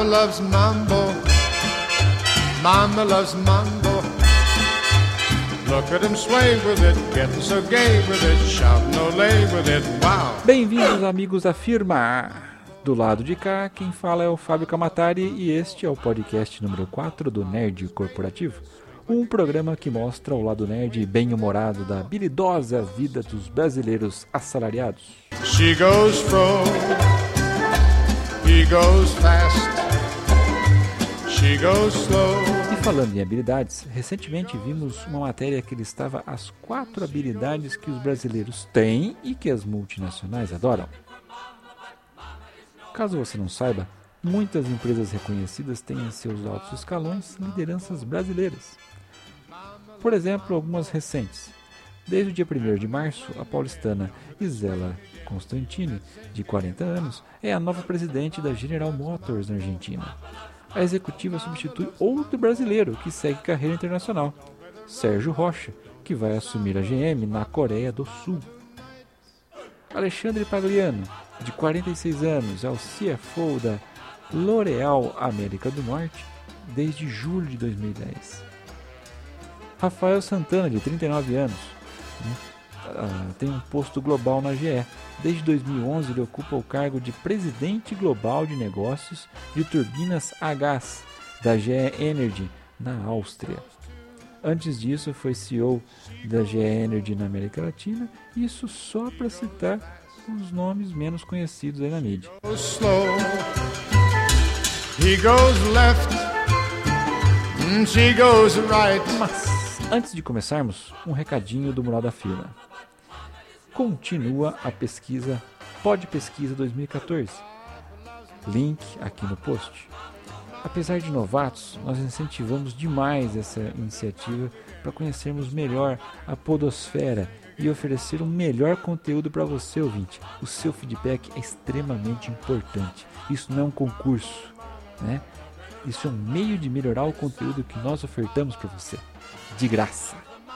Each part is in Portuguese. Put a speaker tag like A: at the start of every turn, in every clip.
A: Mama loves mambo. Mama loves mambo. Look at him sway with it, getting so gay with it, shouting olé with it, wow.
B: Bem-vindos, amigos da firma. Do lado de cá, quem fala é o Fábio Camatari e este é o podcast número 4 do Nerd Corporativo. Um programa que mostra o lado nerd bem-humorado da habilidosa vida dos brasileiros assalariados.
A: She goes slow, he goes fast, she goes slow.
B: E falando em habilidades, recentemente vimos uma matéria que listava as 4 habilidades que os brasileiros têm e que as multinacionais adoram. Caso você não saiba, muitas empresas reconhecidas têm em seus altos escalões lideranças brasileiras. Por exemplo, algumas recentes. Desde o dia 1º de março, a paulistana Isela Constantini, de 40 anos, é a nova presidente da General Motors na Argentina. A executiva substitui outro brasileiro que segue carreira internacional, Sérgio Rocha, que vai assumir a GM na Coreia do Sul. Alexandre Pagliano, de 46 anos, é o CFO da L'Oréal América do Norte desde julho de 2010. Rafael Santana, de 39 anos, tem um posto global na GE. Desde 2011 ele ocupa o cargo de presidente global de negócios de turbinas a gás da GE Energy na Áustria. Antes disso foi CEO da GE Energy na América Latina, isso só para citar os nomes menos conhecidos aí na mídia.
A: Slow, he goes left, she goes right.
B: Mas antes de começarmos, um recadinho do Mural da Firma. Continua a pesquisa Pod Pesquisa 2014. Link aqui no post. Apesar de novatos, nós incentivamos demais essa iniciativa para conhecermos melhor a podosfera e oferecer um melhor conteúdo para você, ouvinte. O seu feedback é extremamente importante. Isso não é um concurso, né? Isso é um meio de melhorar o conteúdo que nós ofertamos para você, de graça.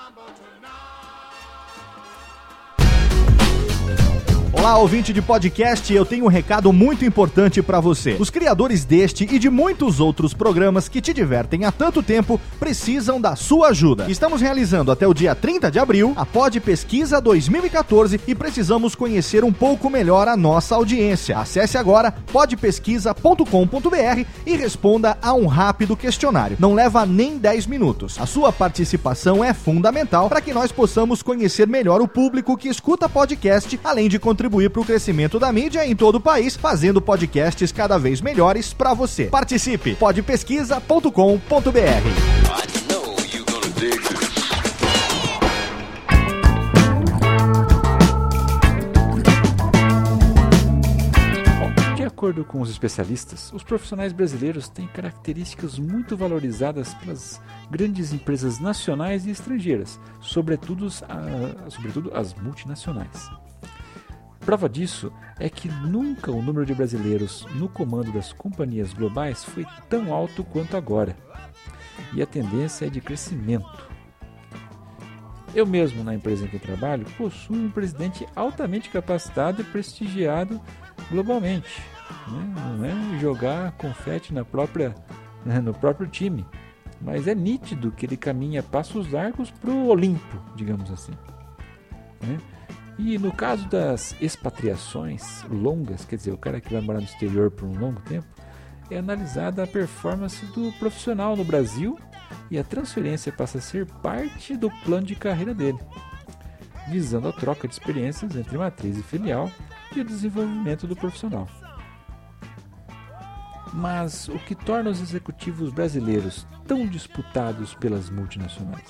C: Olá, ouvinte de podcast, eu tenho um recado muito importante para você. Os criadores deste e de muitos outros programas que te divertem há tanto tempo precisam da sua ajuda. Estamos realizando até o dia 30 de abril a Pod Pesquisa 2014 e precisamos conhecer um pouco melhor a nossa audiência. Acesse agora podpesquisa.com.br e responda a um rápido questionário. Não leva nem 10 minutos. A sua participação é fundamental para que nós possamos conhecer melhor o público que escuta podcast, além de contribuir para o crescimento da mídia em todo o país, fazendo podcasts cada vez melhores para você. Participe! podpesquisa.com.br.
B: De acordo com os especialistas, os profissionais brasileiros têm características muito valorizadas pelas grandes empresas nacionais e estrangeiras, sobretudo as multinacionais. Prova disso é que nunca o número de brasileiros no comando das companhias globais foi tão alto quanto agora. E a tendência é de crescimento. Eu mesmo, na empresa em que trabalho, possuo um presidente altamente capacitado e prestigiado globalmente. Não é jogar confete no próprio time, mas é nítido que ele caminha passos largos para o Olimpo, digamos assim. E no caso das expatriações longas, quer dizer, o cara que vai morar no exterior por um longo tempo, é analisada a performance do profissional no Brasil e a transferência passa a ser parte do plano de carreira dele, visando a troca de experiências entre matriz e filial e o desenvolvimento do profissional. Mas o que torna os executivos brasileiros tão disputados pelas multinacionais?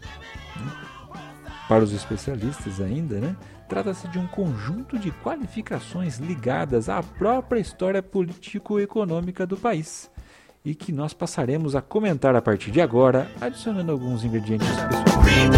B: Para os especialistas ainda, trata-se de um conjunto de qualificações ligadas à própria história político-econômica do país e que nós passaremos a comentar a partir de agora, adicionando alguns ingredientes pessoais.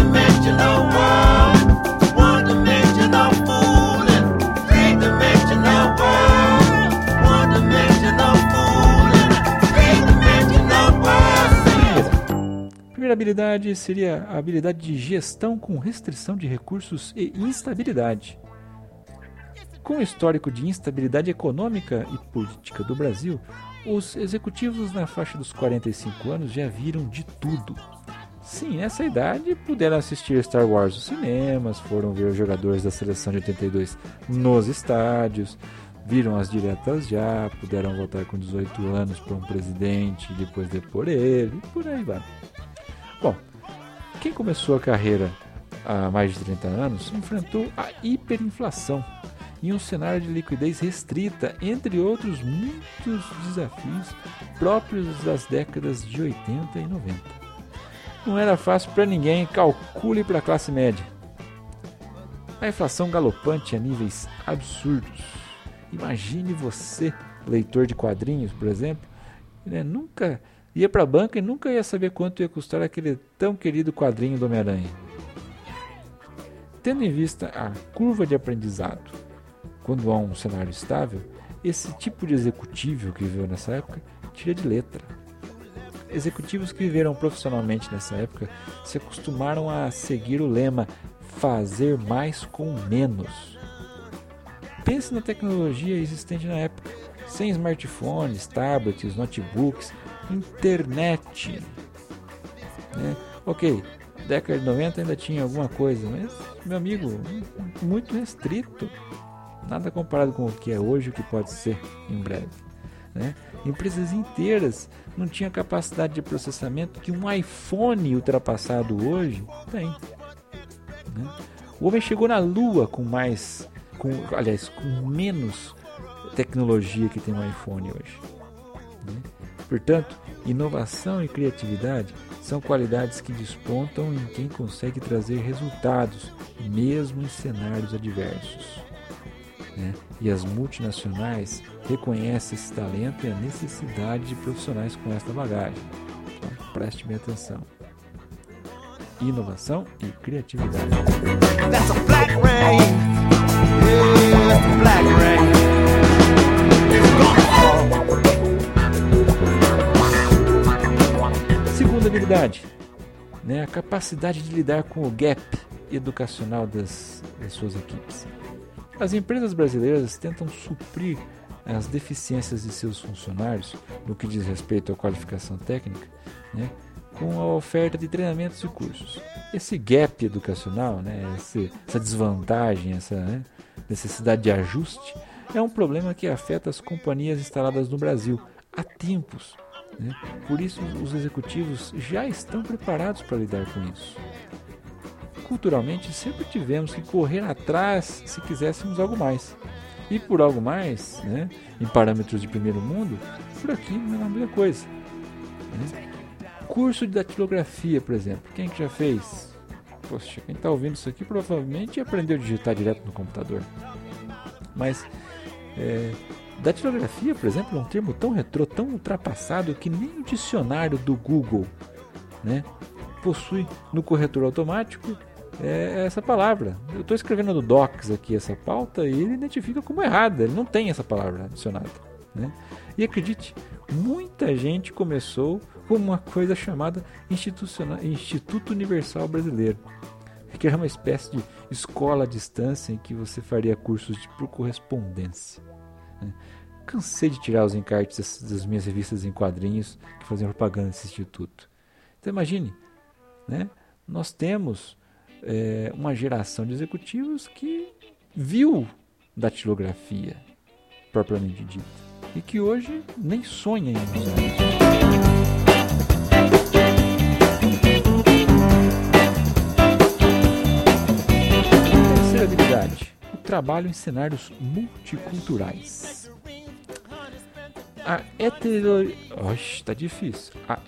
B: primeira habilidade seria a habilidade de gestão com restrição de recursos e instabilidade. Com o histórico de instabilidade econômica e política do Brasil, Os executivos na faixa dos 45 anos já viram de tudo. Sim, nessa idade puderam assistir Star Wars nos cinemas, foram ver os jogadores da seleção de 82 nos estádios, viram as diretas já, puderam votar com 18 anos para um presidente e depois depor ele, e por aí vai. Bom, quem começou a carreira há mais de 30 anos enfrentou a hiperinflação em um cenário de liquidez restrita, entre outros muitos desafios próprios das décadas de 80 e 90. Não era fácil para ninguém, calcule para a classe média. A inflação galopante a níveis absurdos. Imagine você, leitor de quadrinhos, por exemplo, nunca ia para a banca e nunca ia saber quanto ia custar aquele tão querido quadrinho do Homem-Aranha. Tendo em vista a curva de aprendizado, quando há um cenário estável, esse tipo de executivo que viveu nessa época tira de letra. Executivos que viveram profissionalmente nessa época se acostumaram a seguir o lema fazer mais com menos. Pense na tecnologia existente na época, sem smartphones, tablets, notebooks, internet. Ok, década de 90 ainda tinha alguma coisa, mas, meu amigo, muito restrito. Nada comparado com o que é hoje, o que pode ser em breve. Empresas inteiras não tinham a capacidade de processamento que um iPhone ultrapassado hoje tem. O homem chegou na Lua com menos tecnologia que tem um iPhone hoje. Portanto, inovação e criatividade são qualidades que despontam em quem consegue trazer resultados, mesmo em cenários adversos. E as multinacionais reconhecem esse talento e a necessidade de profissionais com esta bagagem. Então, preste bem atenção. Inovação e criatividade. That's a black rain. Yeah, that's a black rain. Segunda habilidade, a capacidade de lidar com o gap educacional das suas equipes. As empresas brasileiras tentam suprir as deficiências de seus funcionários no que diz respeito à qualificação técnica, com a oferta de treinamentos e cursos. Esse gap educacional, essa desvantagem, essa necessidade de ajuste, é um problema que afeta as companhias instaladas no Brasil há tempos. Por isso, os executivos já estão preparados para lidar com isso. Culturalmente, sempre tivemos que correr atrás se quiséssemos algo mais. E por algo mais, em parâmetros de primeiro mundo, por aqui não é a mesma coisa. Curso de datilografia, por exemplo. Quem que já fez? Poxa, quem está ouvindo isso aqui provavelmente aprendeu a digitar direto no computador. Mas datilografia, por exemplo, é um termo tão retrô, tão ultrapassado que nem o dicionário do Google possui no corretor automático essa palavra. Eu estou escrevendo no Docs aqui essa pauta e ele identifica como errada, ele não tem essa palavra adicionada. E acredite, muita gente começou com uma coisa chamada Instituto Universal Brasileiro, que era uma espécie de escola à distância em que você faria cursos por correspondência. Cansei de tirar os encartes das minhas revistas em quadrinhos que faziam propaganda nesse instituto. Então imagine, nós temos uma geração de executivos que viu datilografia propriamente dita e que hoje nem sonha em usar isso. Terceira habilidade: o trabalho em cenários multiculturais. Tá difícil. A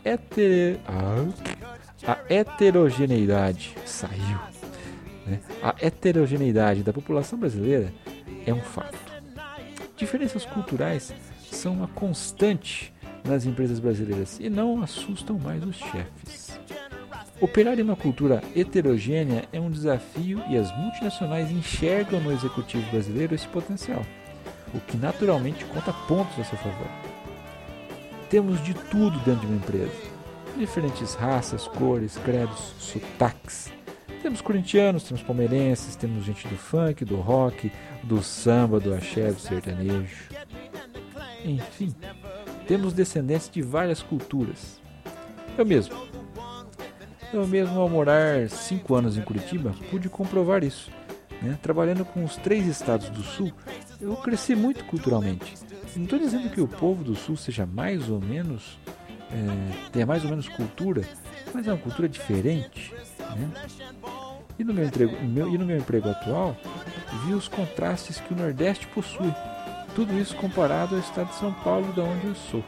B: heterogeneidade saiu. A heterogeneidade da população brasileira é um fato. Diferenças culturais são uma constante nas empresas brasileiras e não assustam mais os chefes. Operar em uma cultura heterogênea é um desafio e as multinacionais enxergam no executivo brasileiro esse potencial, o que naturalmente conta pontos a seu favor. Temos de tudo dentro de uma empresa. Diferentes raças, cores, credos, sotaques. Temos corintianos, temos palmeirenses, temos gente do funk, do rock, do samba, do axé, do sertanejo. Enfim, Temos descendentes de várias culturas. Eu mesmo, ao morar 5 anos em Curitiba, pude comprovar isso. Né? Trabalhando com os 3 estados do Sul, eu cresci muito culturalmente. Não estou dizendo que o povo do Sul seja mais ou menos, tenha mais ou menos cultura, mas é uma cultura diferente. Né? E no meu emprego atual, vi os contrastes que o Nordeste possui. Tudo isso comparado ao estado de São Paulo, de onde eu sou.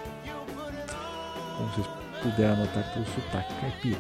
B: Como vocês puderam notar pelo sotaque caipira.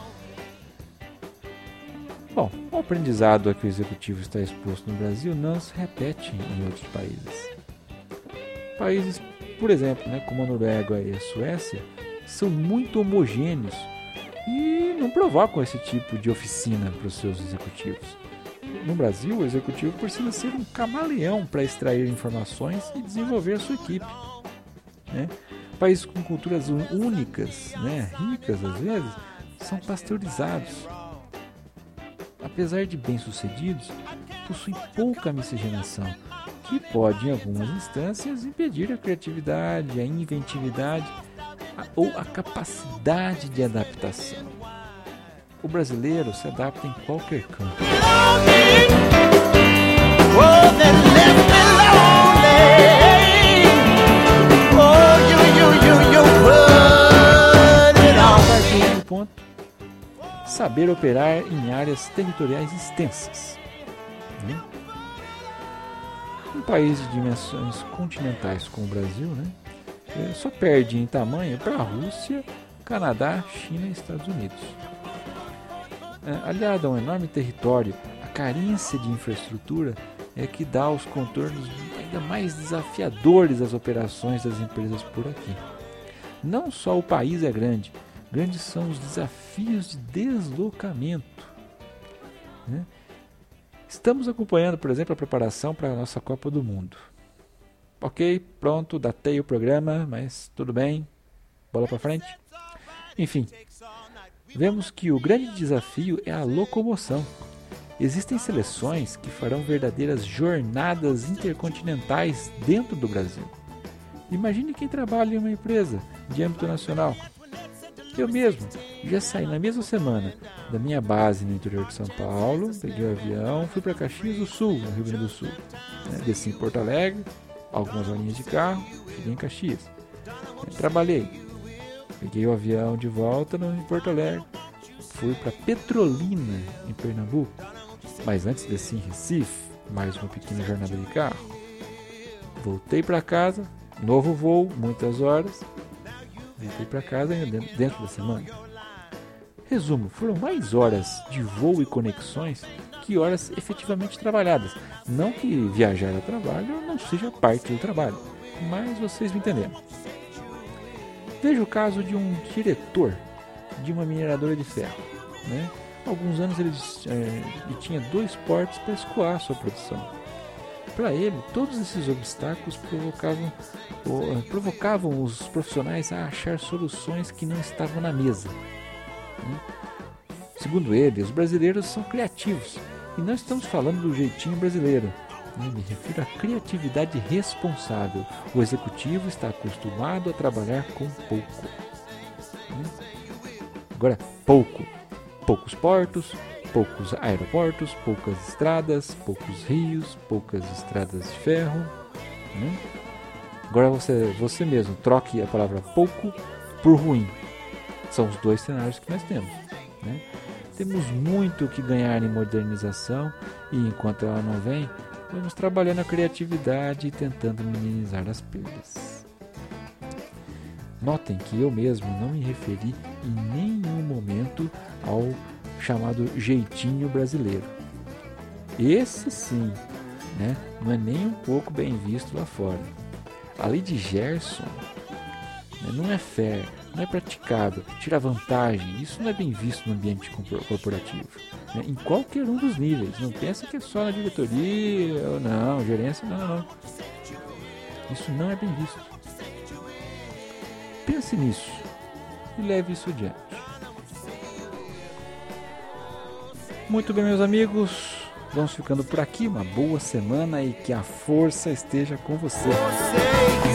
B: Bom, o aprendizado a que o executivo está exposto no Brasil não se repete em outros países. Países, por exemplo, né, como a Noruega e a Suécia, são muito homogêneos e não provocam esse tipo de oficina para os seus executivos. No Brasil, o executivo precisa ser um camaleão para extrair informações e desenvolver a sua equipe. Né? Países com culturas únicas, né, ricas às vezes, são pasteurizados. Apesar de bem-sucedidos, possuem pouca miscigenação, que pode, em algumas instâncias, impedir a criatividade, a inventividade ou a capacidade de adaptação. O brasileiro se adapta em qualquer campo. Quarto ponto: saber operar em áreas territoriais extensas. Um país de dimensões continentais como o Brasil, né, só perde em tamanho para a Rússia, Canadá, China e Estados Unidos. Aliado a um enorme território, a carência de infraestrutura é que dá os contornos ainda mais desafiadores às operações das empresas por aqui. Não só o país é grande, grandes são os desafios de deslocamento. Né? Estamos acompanhando, por exemplo, a preparação para a nossa Copa do Mundo. Ok, pronto, datei o programa, mas tudo bem, bola para frente. Enfim, vemos que o grande desafio é a locomoção. Existem seleções que farão verdadeiras jornadas intercontinentais dentro do Brasil. Imagine quem trabalha em uma empresa de âmbito nacional. Eu mesmo já saí na mesma semana da minha base no interior de São Paulo, peguei o avião, fui para Caxias do Sul, no Rio Grande do Sul. Desci em Porto Alegre, algumas horinhas de carro, cheguei em Caxias. Trabalhei, peguei o avião de volta em Porto Alegre, fui para Petrolina, em Pernambuco. Mas antes desci em Recife, mais uma pequena jornada de carro. Voltei para casa, novo voo, muitas horas. Voltei para casa ainda dentro da semana. Resumo, foram mais horas de voo e conexões que horas efetivamente trabalhadas. Não que viajar a trabalho não seja parte do trabalho, mas vocês me entenderam. Veja o caso de um diretor de uma mineradora de ferro. Né? Há alguns anos ele tinha 2 portos para escoar a sua produção. Para ele, todos esses obstáculos provocavam os profissionais a achar soluções que não estavam na mesa. Segundo ele, os brasileiros são criativos, e não estamos falando do jeitinho brasileiro. Me refiro à criatividade responsável. O executivo está acostumado a trabalhar com pouco. Agora, poucos portos, poucos aeroportos, poucas estradas, poucos rios, poucas estradas de ferro. Agora você mesmo troque a palavra pouco por ruim. São os 2 cenários que nós temos. Temos muito o que ganhar em modernização e enquanto ela não vem, vamos trabalhando a criatividade e tentando minimizar as perdas. Notem que eu mesmo não me referi em nenhum momento ao chamado jeitinho brasileiro. Esse sim, não é nem um pouco bem visto lá fora. A lei de Gerson não é fair, não é praticável, tira vantagem. Isso não é bem visto no ambiente corporativo, em qualquer um dos níveis. Não pensa que é só na diretoria ou não, gerência, não. Isso não é bem visto. Pense nisso e leve isso adiante. Muito bem, meus amigos, vamos ficando por aqui. Uma boa semana e que a força esteja com você.